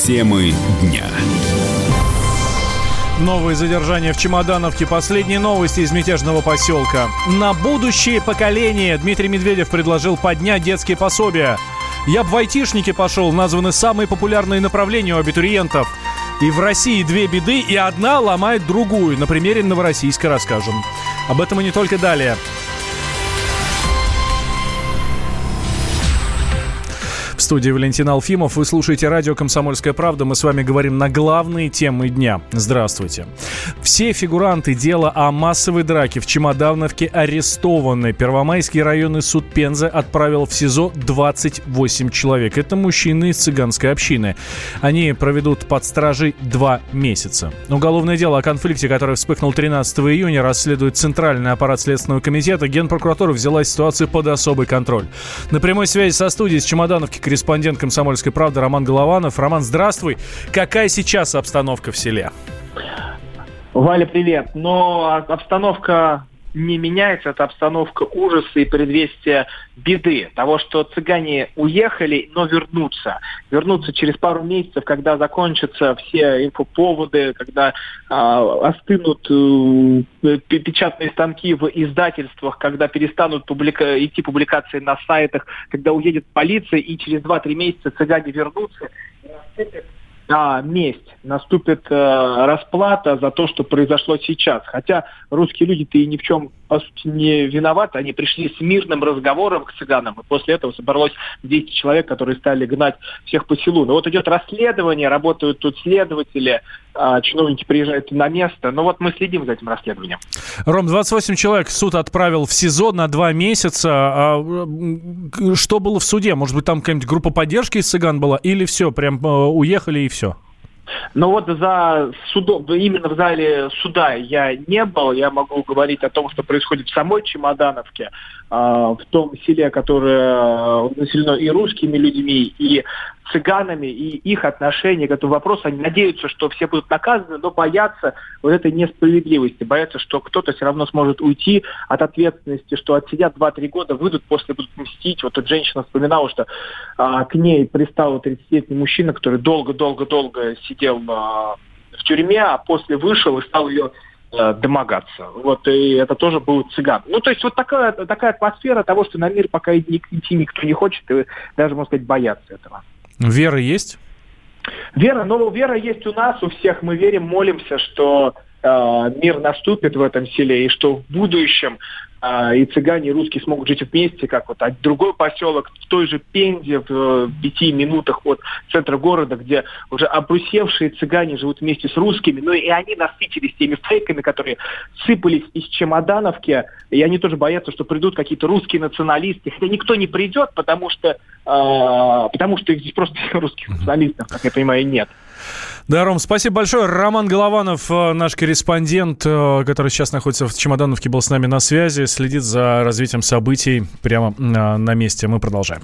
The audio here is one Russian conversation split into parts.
Темы дня. Новые задержания в Чемодановке. Последние новости из мятежного поселка. На будущее поколение Дмитрий Медведев предложил поднять детские пособия. «Я б в айтишники пошел» названы самые популярные направления у абитуриентов. И в России две беды, и одна ломает другую. На примере Новороссийска расскажем. Об этом и не только далее. В студии Валентин Алфимов. Вы слушаете радио «Комсомольская правда». Мы с вами говорим на главные темы дня. Здравствуйте. Все фигуранты дела о массовой драке в Чемодановке арестованы. Первомайский районный суд Пензы отправил в СИЗО 28 человек. Это мужчины из цыганской общины. Они проведут под стражей 2 месяца. Уголовное дело о конфликте, который вспыхнул 13 июня, расследует Центральный аппарат Следственного комитета. Генпрокуратура взяла ситуацию под особый контроль. На прямой связи со студией с Чемодановки корреспондент «Комсомольской правды» Роман Голованов. Роман, здравствуй. Какая сейчас обстановка в селе? Валя, привет. Но обстановка не меняется. Это обстановка ужаса и предвестия беды. Того, что цыгане уехали, но вернутся. Вернутся через пару месяцев, когда закончатся все инфоповоды, когда остынут печатные станки в издательствах, когда перестанут идти публикации на сайтах, когда уедет полиция, и через 2-3 месяца цыгане вернутся. Месть. Наступит расплата за то, что произошло сейчас. Хотя русские люди-то и ни в чем, по сути, не виноваты. Они пришли с мирным разговором к цыганам, и после этого собралось 10 человек, которые стали гнать всех по селу. Но вот идет расследование, работают тут следователи, чиновники приезжают на место. Но вот мы следим за этим расследованием. Ром, 28 человек суд отправил в СИЗО на 2 месяца. Что было в суде? Может быть, там какая-нибудь группа поддержки из цыган была? Или все, прям уехали и все? Но вот за судом, именно в зале суда я не был. Я могу говорить о том, что происходит в самой Чемодановке, в том селе, которое населено и русскими людьми, и цыганами, и их отношение к этому вопросу. Они надеются, что все будут наказаны, но боятся вот этой несправедливости. Боятся, что кто-то все равно сможет уйти от ответственности, что отсидят 2-3 года, выйдут, после будут мстить. Вот тут женщина вспоминала, что к ней пристал 30-летний мужчина, который долго-долго-долго сидел в тюрьме, а после вышел и стал ее домогаться. Вот, и это тоже был цыган. Ну, то есть вот такая атмосфера того, что на мир пока идти никто не хочет, и даже, можно сказать, боятся этого. Вера есть? Вера есть у нас, у всех. Мы верим, молимся, что мир наступит в этом селе, и что в будущем и цыгане, и русские смогут жить вместе, как вот другой поселок в той же Пензе, в 5 минутах от центра города, где уже обрусевшие цыгане живут вместе с русскими, но и они насытились теми фейками, которые сыпались из Чемодановки, и они тоже боятся, что придут какие-то русские националисты, хотя никто не придет, потому что их здесь просто русских националистов, как я понимаю, нет. Да, Ром, спасибо большое. Роман Голованов, наш корреспондент, который сейчас находится в Чемодановке, был с нами на связи, следит за развитием событий прямо на месте. Мы продолжаем.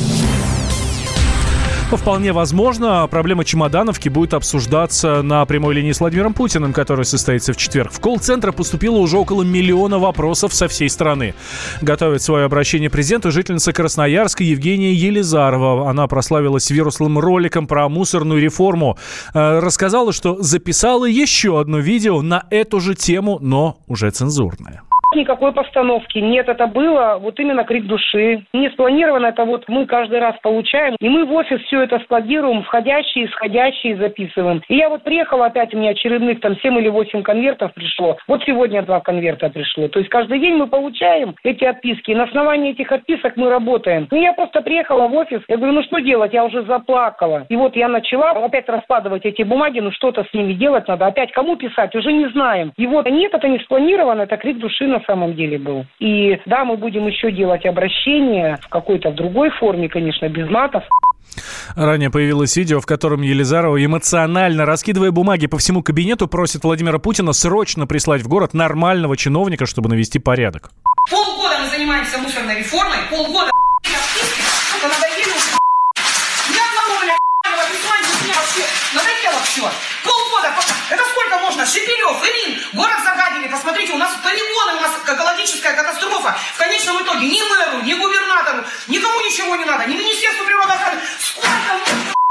Вполне возможно, проблема Чемодановки будет обсуждаться на прямой линии с Владимиром Путиным, которая состоится в четверг. В колл-центр поступило уже около 1 миллиона вопросов со всей страны. Готовит свое обращение президенту жительница Красноярска Евгения Елизарова. Она прославилась вирусным роликом про мусорную реформу. Рассказала, что записала еще одно видео на эту же тему, но уже цензурное. Никакой постановки нет, это было вот именно крик души. Не спланировано, это вот мы каждый раз получаем, и мы в офис все это складируем, входящие, исходящие записываем. И я вот приехала, опять у меня очередных там 7 или 8 конвертов пришло. Вот сегодня 2 конверта пришло. То есть каждый день мы получаем эти отписки, и на основании этих отписок мы работаем. И я просто приехала в офис, я говорю, ну что делать, я уже заплакала. И вот я начала опять раскладывать эти бумаги, ну что-то с ними делать надо. Опять кому писать, уже не знаем. И вот нет, это не спланировано, это крик души на самом деле был. И да, мы будем еще делать обращения в какой-то в другой форме, конечно, без матов. Ранее появилось видео, в котором Елизарова, эмоционально раскидывая бумаги по всему кабинету, просит Владимира Путина срочно прислать в город нормального чиновника, чтобы навести порядок. Полгода мы занимаемся мусорной реформой, полгода надоело уже. Ни одного, письма не вообще. Надоело все. Полгода. Это сколько можно? Шепелев, Ирин, город загадили. Посмотрите, у нас полигоны, у нас экологическая катастрофа. В конечном итоге ни мэру, ни губернатору, никому ничего не надо, ни Министерству природоохраны. Сколько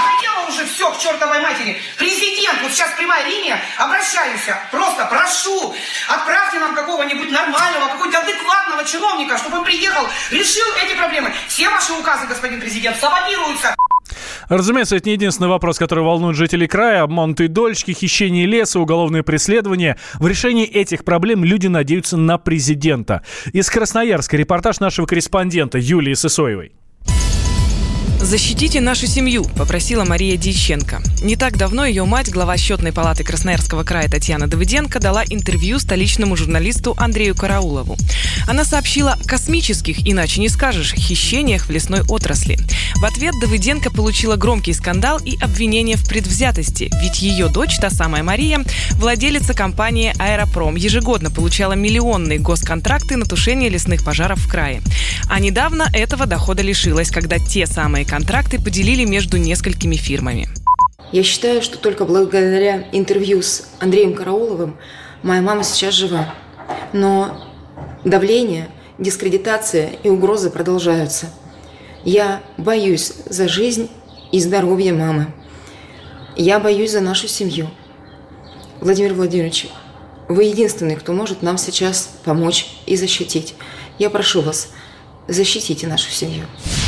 Дело уже все к чертовой матери. Президент, вот сейчас прямая линия, обращаюсь, просто прошу, отправьте нам какого-нибудь нормального, какого-нибудь адекватного чиновника, чтобы он приехал, решил эти проблемы. Все ваши указы, господин президент, саботируются. Разумеется, это не единственный вопрос, который волнует жителей края. Обманутые дольщики, хищение леса, уголовные преследования. В решении этих проблем люди надеются на президента. Из Красноярска репортаж нашего корреспондента Юлии Сысоевой. «Защитите нашу семью», – попросила Мария Дьяченко. Не так давно ее мать, глава счетной палаты Красноярского края Татьяна Давыденко, дала интервью столичному журналисту Андрею Караулову. Она сообщила о космических, иначе не скажешь, хищениях в лесной отрасли. В ответ Давыденко получила громкий скандал и обвинение в предвзятости, ведь ее дочь, та самая Мария, владелица компании «Аэропром», ежегодно получала миллионные госконтракты на тушение лесных пожаров в крае. А недавно этого дохода лишилась, когда те самые контракты поделили между несколькими фирмами. Я считаю, что только благодаря интервью с Андреем Карауловым моя мама сейчас жива. Но давление, дискредитация и угрозы продолжаются. Я боюсь за жизнь и здоровье мамы. Я боюсь за нашу семью. Владимир Владимирович, вы единственный, кто может нам сейчас помочь и защитить. Я прошу вас, защитите нашу семью.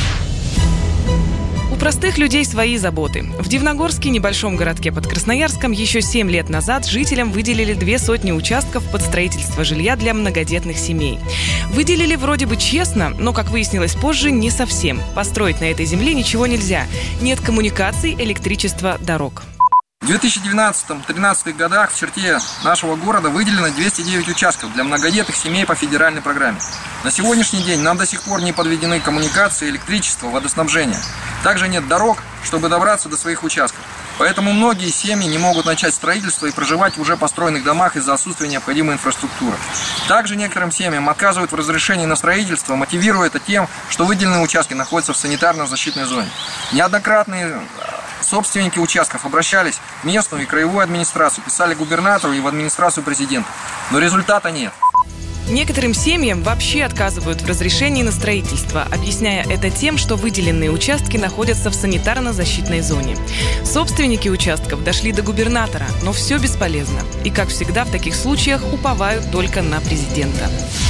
У простых людей свои заботы. В Дивногорске, небольшом городке под Красноярском, еще 7 лет назад жителям выделили 200 участков под строительство жилья для многодетных семей. Выделили вроде бы честно, но, как выяснилось позже, не совсем. Построить на этой земле ничего нельзя. Нет коммуникаций, электричества, дорог. В 2012-2013 годах в черте нашего города выделено 209 участков для многодетных семей по федеральной программе. На сегодняшний день нам до сих пор не подведены коммуникации, электричество, водоснабжение. Также нет дорог, чтобы добраться до своих участков. Поэтому многие семьи не могут начать строительство и проживать в уже построенных домах из-за отсутствия необходимой инфраструктуры. Также некоторым семьям отказывают в разрешении на строительство, мотивируя это тем, что выделенные участки находятся в санитарно-защитной зоне. Неоднократные собственники участков обращались в местную и краевую администрацию, писали губернатору и в администрацию президента. Но результата нет. Некоторым семьям вообще отказывают в разрешении на строительство, объясняя это тем, что выделенные участки находятся в санитарно-защитной зоне. Собственники участков дошли до губернатора, но все бесполезно. И, как всегда в таких случаях, уповают только на президента.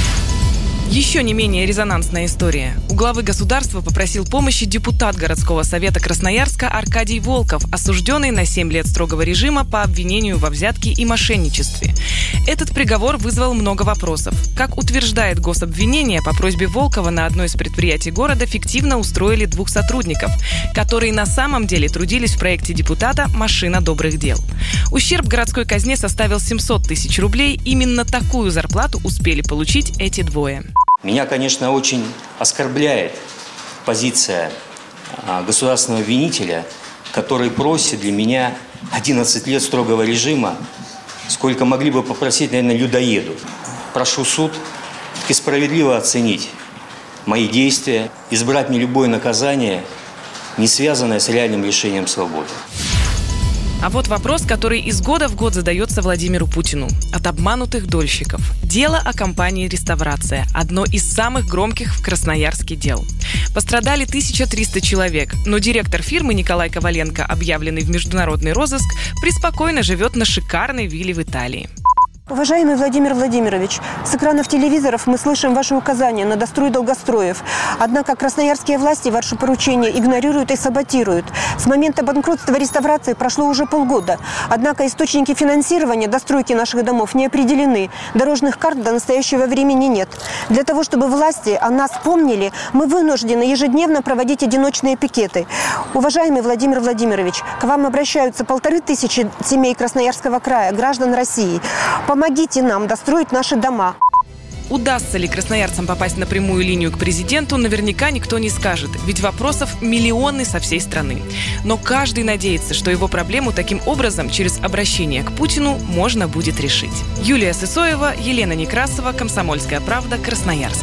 Еще не менее резонансная история. У главы государства попросил помощи депутат городского совета Красноярска Аркадий Волков, осужденный на 7 лет строгого режима по обвинению во взятке и мошенничестве. Этот приговор вызвал много вопросов. Как утверждает гособвинение, по просьбе Волкова на одно из предприятий города фиктивно устроили 2 сотрудников, которые на самом деле трудились в проекте депутата «Машина добрых дел». Ущерб городской казне составил 700 тысяч рублей. Именно такую зарплату успели получить эти двое. Меня, конечно, очень оскорбляет позиция государственного обвинителя, который просит для меня 11 лет строгого режима, сколько могли бы попросить, наверное, людоеду. Прошу суд таки справедливо оценить мои действия, избрать мне любое наказание, не связанное с реальным лишением свободы. А вот вопрос, который из года в год задается Владимиру Путину. От обманутых дольщиков. Дело о компании «Реставрация». Одно из самых громких в Красноярске дел. Пострадали 1300 человек, но директор фирмы Николай Коваленко, объявленный в международный розыск, преспокойно живет на шикарной вилле в Италии. Уважаемый Владимир Владимирович, с экранов телевизоров мы слышим ваши указания на дострой долгостроев. Однако красноярские власти ваши поручения игнорируют и саботируют. С момента банкротства реставрации прошло уже полгода. Однако источники финансирования достройки наших домов не определены. Дорожных карт до настоящего времени нет. Для того, чтобы власти о нас помнили, мы вынуждены ежедневно проводить одиночные пикеты. Уважаемый Владимир Владимирович, к вам обращаются 1500 семей Красноярского края, граждан России. Помогите нам достроить наши дома. Удастся ли красноярцам попасть на прямую линию к президенту, наверняка никто не скажет, ведь вопросов миллионы со всей страны. Но каждый надеется, что его проблему таким образом, через обращение к Путину, можно будет решить. Юлия Сысоева, Елена Некрасова, «Комсомольская правда», Красноярск.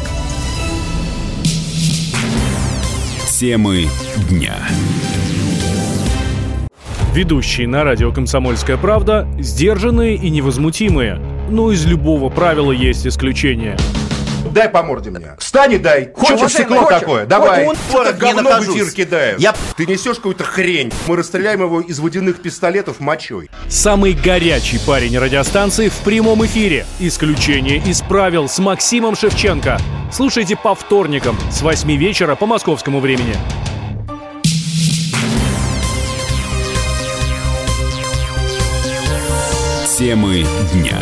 Темы дня. Ведущие на радио «Комсомольская правда» сдержанные и невозмутимые. Но из любого правила есть исключение. дай по морде мне. Встань и дай. Хочешь стекло такое? Давай. Это говно в эфир кидает. Ты несешь какую-то хрень. Мы расстреляем его из водяных пистолетов мочой. Самый горячий парень радиостанции в прямом эфире. Исключение из правил с Максимом Шевченко. Слушайте по вторникам с 8 вечера по московскому времени. Темы дня.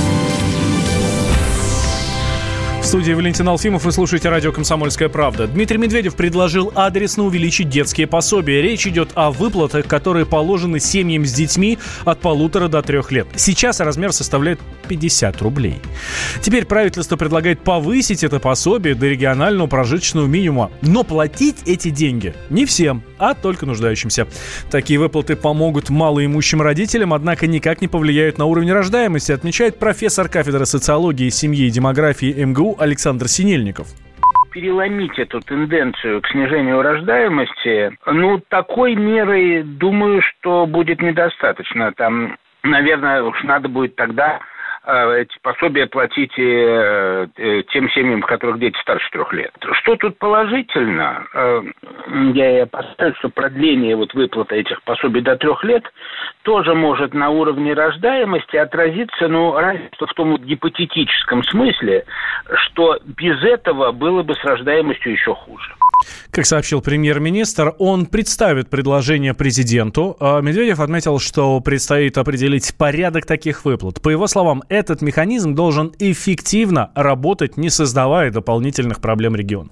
В студии Валентин Алфимов, вы слушаете радио «Комсомольская правда». Дмитрий Медведев предложил адресно увеличить детские пособия. Речь идет о выплатах, которые положены семьям с детьми от 1,5 до 3 лет. Сейчас размер составляет 50 рублей. Теперь правительство предлагает повысить это пособие до регионального прожиточного минимума. Но платить эти деньги не всем, а только нуждающимся. Такие выплаты помогут малоимущим родителям, однако никак не повлияют на уровень рождаемости, отмечает профессор кафедры социологии, семьи и демографии МГУ Александр Синельников. Переломить эту тенденцию к снижению рождаемости, такой мерой, думаю, что будет недостаточно. Там, наверное, уж надо будет тогда эти пособия платить тем семьям, в которых дети старше 3 лет. Что тут положительно? Я опасаюсь, что продление выплаты этих пособий до 3 лет тоже может на уровне рождаемости отразиться, разве что в том гипотетическом смысле, что без этого было бы с рождаемостью еще хуже. Как сообщил премьер-министр, он представит предложение президенту. Медведев отметил, что предстоит определить порядок таких выплат. По его словам, этот механизм должен эффективно работать, не создавая дополнительных проблем региону.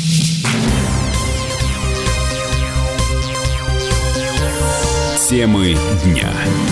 Темы дня.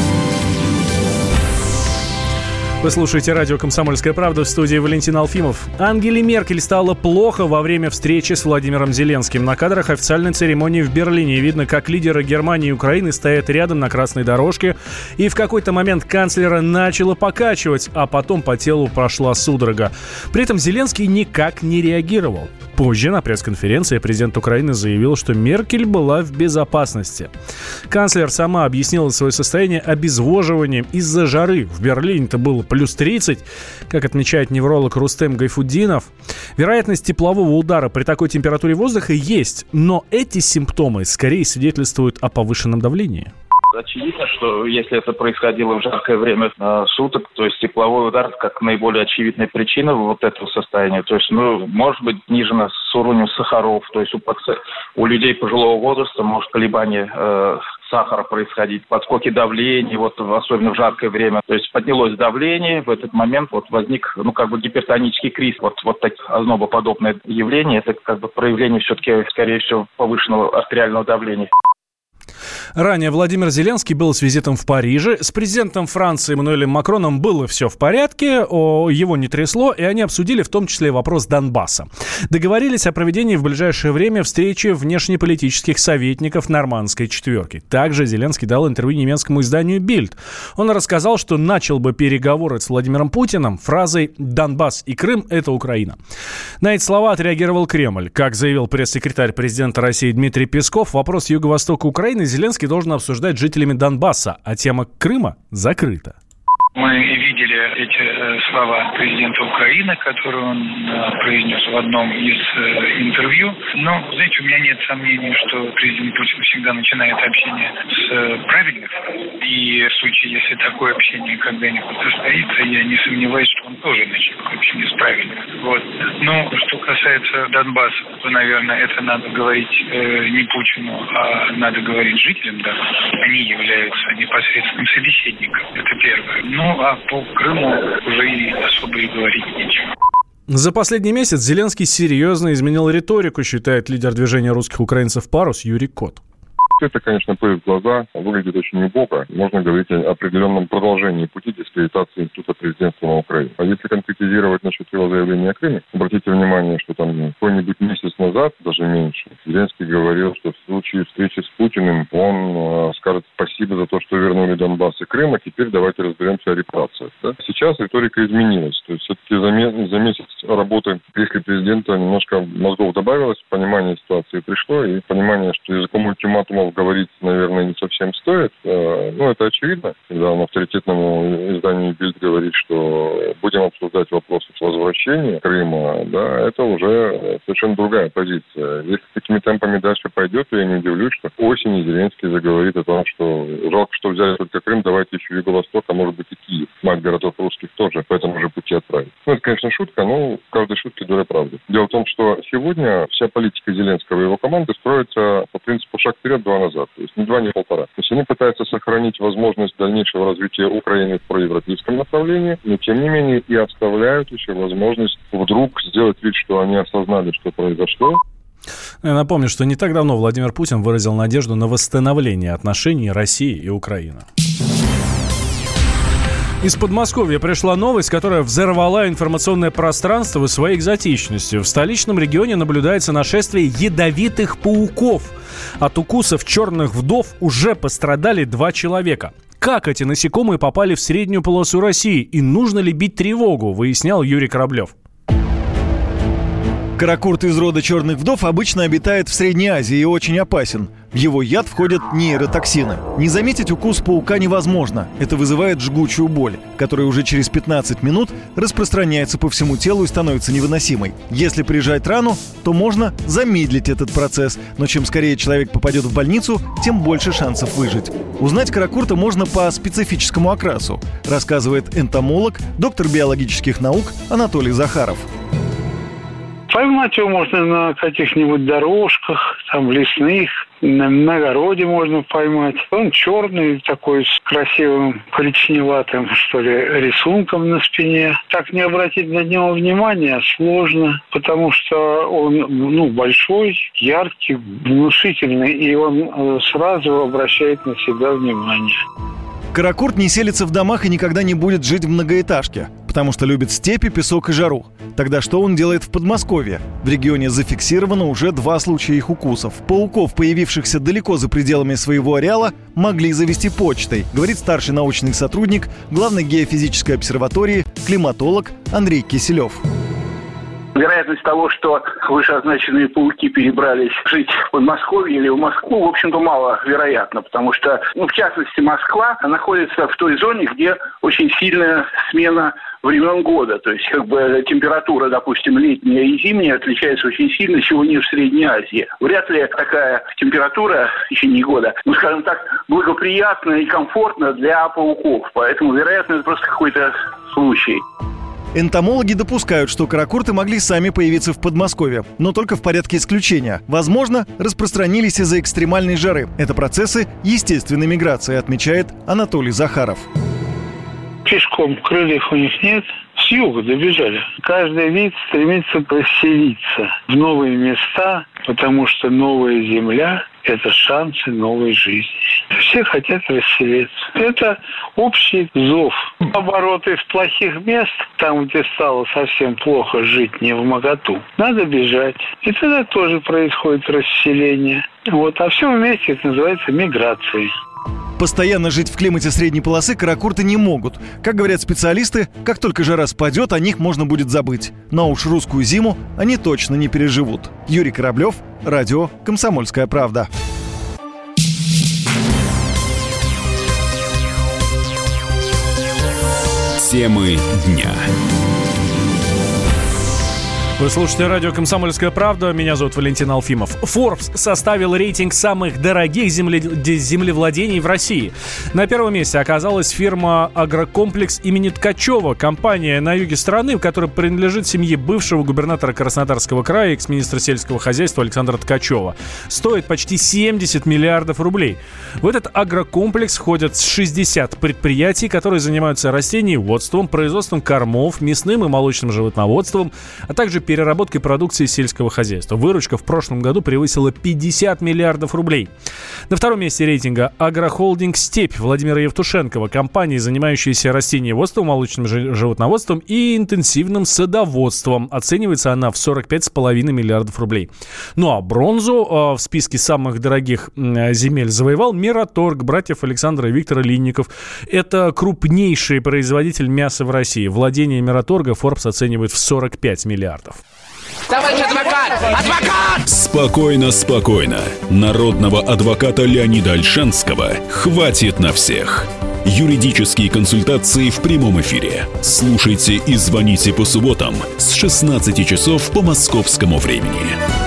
Вы слушаете радио «Комсомольская правда», в студии Валентин Алфимов. Ангеле Меркель стало плохо во время встречи с Владимиром Зеленским. На кадрах официальной церемонии в Берлине видно, как лидеры Германии и Украины стоят рядом на красной дорожке, и в какой-то момент канцлера начало покачивать, а потом по телу прошла судорога. При этом Зеленский никак не реагировал. Позже на пресс-конференции президент Украины заявил, что Меркель была в безопасности. Канцлер сама объяснила свое состояние обезвоживанием из-за жары. В Берлине-то было плюс 30, как отмечает невролог Рустем Гайфуддинов. Вероятность теплового удара при такой температуре воздуха есть, но эти симптомы скорее свидетельствуют о повышенном давлении. Очевидно, что если это происходило в жаркое время суток, то есть тепловой удар как наиболее очевидная причина этого состояния. То есть, может быть снижено с уровнем сахаров, то есть у людей пожилого возраста может колебание сахара происходить, подскоки давления, особенно в жаркое время. То есть поднялось давление, в этот момент возник, гипертонический криз. Такое ознобоподобное явление, это проявление все-таки, скорее всего, повышенного артериального давления. Ранее Владимир Зеленский был с визитом в Париже. С президентом Франции Эммануэлем Макроном было все в порядке, его не трясло, и они обсудили в том числе вопрос Донбасса. Договорились о проведении в ближайшее время встречи внешнеполитических советников Нормандской четверки. Также Зеленский дал интервью немецкому изданию «Бильд». Он рассказал, что начал бы переговоры с Владимиром Путиным фразой «Донбасс и Крым – это Украина». На эти слова отреагировал Кремль. Как заявил пресс-секретарь президента России Дмитрий Песков, вопрос Юго-Востока Украины Зеленский должен обсуждать с жителями Донбасса, а тема Крыма закрыта. Мы видели эти слова президента Украины, которые он произнес в одном из интервью. Но, знаете, у меня нет сомнений, что президент Путин всегда начинает общение с правильных. И в случае, если такое общение когда-нибудь состоится, я не сомневаюсь, что он тоже начнет общение с правильных. Но что касается Донбасса, то, наверное, это надо говорить не Путину, а надо говорить жителям Донбасса. Они являются непосредственным собеседником. Это первое. А по Крыму уже и особо и говорить нечего. За последний месяц Зеленский серьезно изменил риторику, считает лидер движения русских украинцев «Парус» Юрий Кот. Это, конечно, пыль в глаза, выглядит очень неплохо. Можно говорить о определенном продолжении пути дискредитации института президентства на Украине. А если конкретизировать насчет его заявления о Крыме, обратите внимание, что там какой-нибудь месяц назад, даже меньше, Зеленский говорил, что в случае встречи с Путиным он скажет спасибо за то, что вернули Донбасс и Крым, а теперь давайте разберемся о репарациях. Да? Сейчас риторика изменилась. То есть все-таки за месяц работы если президента немножко мозгов добавилось, понимание ситуации пришло, и понимание, что языком ультиматумов говорить, наверное, не совсем стоит. Это очевидно, когда он авторитетному изданию «Бильд» говорит, что будем обсуждать вопросы возвращения Крыма, да, это уже совершенно другая позиция. Если такими темпами дальше пойдет, то я не удивлюсь, что осенью Зеленский заговорит о том, что жалко, что взяли только Крым, давайте еще Юго-Восток, а может быть и Киев. Мать городов русских тоже по этому же пути отправить. Это, конечно, шутка, но в каждой шутке доля правды. Дело в том, что сегодня вся политика Зеленского и его команды строится по принципу шаг вперед, два назад. То есть ни два, ни полтора. То есть они пытаются сохранить возможность дальнейшего развития Украины в проевропейском направлении, но тем не менее и оставляют еще возможность вдруг сделать вид, что они осознали, что произошло. Я напомню, что не так давно Владимир Путин выразил надежду на восстановление отношений России и Украины. Из Подмосковья пришла новость, которая взорвала информационное пространство своей экзотичностью. В столичном регионе наблюдается нашествие ядовитых пауков. От укусов черных вдов уже пострадали 2 человека. Как эти насекомые попали в среднюю полосу России и нужно ли бить тревогу, выяснял Юрий Кораблев. Каракурт из рода черных вдов обычно обитает в Средней Азии и очень опасен. В его яд входят нейротоксины. Не заметить укус паука невозможно. Это вызывает жгучую боль, которая уже через 15 минут распространяется по всему телу и становится невыносимой. Если прижать рану, то можно замедлить этот процесс, но чем скорее человек попадет в больницу, тем больше шансов выжить. Узнать каракурта можно по специфическому окрасу, рассказывает энтомолог, доктор биологических наук Анатолий Захаров. Поймать его можно на каких-нибудь дорожках, там лесных, на огороде можно поймать. Он черный, такой с красивым коричневатым, что ли, рисунком на спине. Так не обратить на него внимания сложно, потому что он, большой, яркий, внушительный, и он сразу обращает на себя внимание. Каракурт не селится в домах и никогда не будет жить в многоэтажке, потому что любит степи, песок и жару. Тогда что он делает в Подмосковье? В регионе зафиксировано уже 2 случая их укусов. Пауков, появившихся далеко за пределами своего ареала, могли завести почтой, говорит старший научный сотрудник Главной геофизической обсерватории, климатолог Андрей Киселев. Вероятность того, что вышеозначенные пауки перебрались жить в Подмосковье или в Москву, в общем-то, маловероятно, потому что, в частности, Москва находится в той зоне, где очень сильная смена времен года. То есть, температура, допустим, летняя и зимняя отличается очень сильно, чего нет в Средней Азии. Вряд ли такая температура в течение года, скажем так, благоприятна и комфортна для пауков. Поэтому, вероятно, это просто какой-то случай. Энтомологи допускают, что каракурты могли сами появиться в Подмосковье, но только в порядке исключения. Возможно, распространились из-за экстремальной жары. Это процессы естественной миграции, отмечает Анатолий Захаров. Пешком крыльев у них нет. С юга добежали. Каждый вид стремится расселиться в новые места, потому что новая земля – это шансы новой жизни. Все хотят расселиться. Это общий зов. Наоборот, из плохих мест, там, где стало совсем плохо жить невмоготу, надо бежать. И тогда тоже происходит расселение. А все вместе это называется миграцией. Постоянно жить в климате средней полосы каракурты не могут. Как говорят специалисты, как только жара спадет, о них можно будет забыть. Но уж русскую зиму они точно не переживут. Юрий Кораблев, радио «Комсомольская правда». Темы дня. Вы слушаете радио «Комсомольская правда». Меня зовут Валентин Алфимов. Forbes составил рейтинг самых дорогих землевладений в России. На первом месте оказалась фирма «Агрокомплекс» имени Ткачева. Компания на юге страны, которая принадлежит семье бывшего губернатора Краснодарского края, экс-министра сельского хозяйства Александра Ткачева. Стоит почти 70 миллиардов рублей. В этот агрокомплекс входят 60 предприятий, которые занимаются растениеводством, производством кормов, мясным и молочным животноводством, а также переработкой продукции сельского хозяйства. Выручка в прошлом году превысила 50 миллиардов рублей. На втором месте рейтинга агрохолдинг «Степь» Владимира Евтушенкова, компания, занимающаяся растениеводством, молочным животноводством и интенсивным садоводством. Оценивается она в 45,5 миллиардов рублей. Ну а бронзу в списке самых дорогих земель завоевал Мираторг братьев Александра и Виктора Линников. Это крупнейший производитель мяса в России. Владение Мираторга Forbes оценивает в 45 миллиардов. Товарищ адвокат! Адвокат! Спокойно, спокойно. Народного адвоката Леонида Ольшанского хватит на всех. Юридические консультации в прямом эфире. Слушайте и звоните по субботам с 16 часов по московскому времени.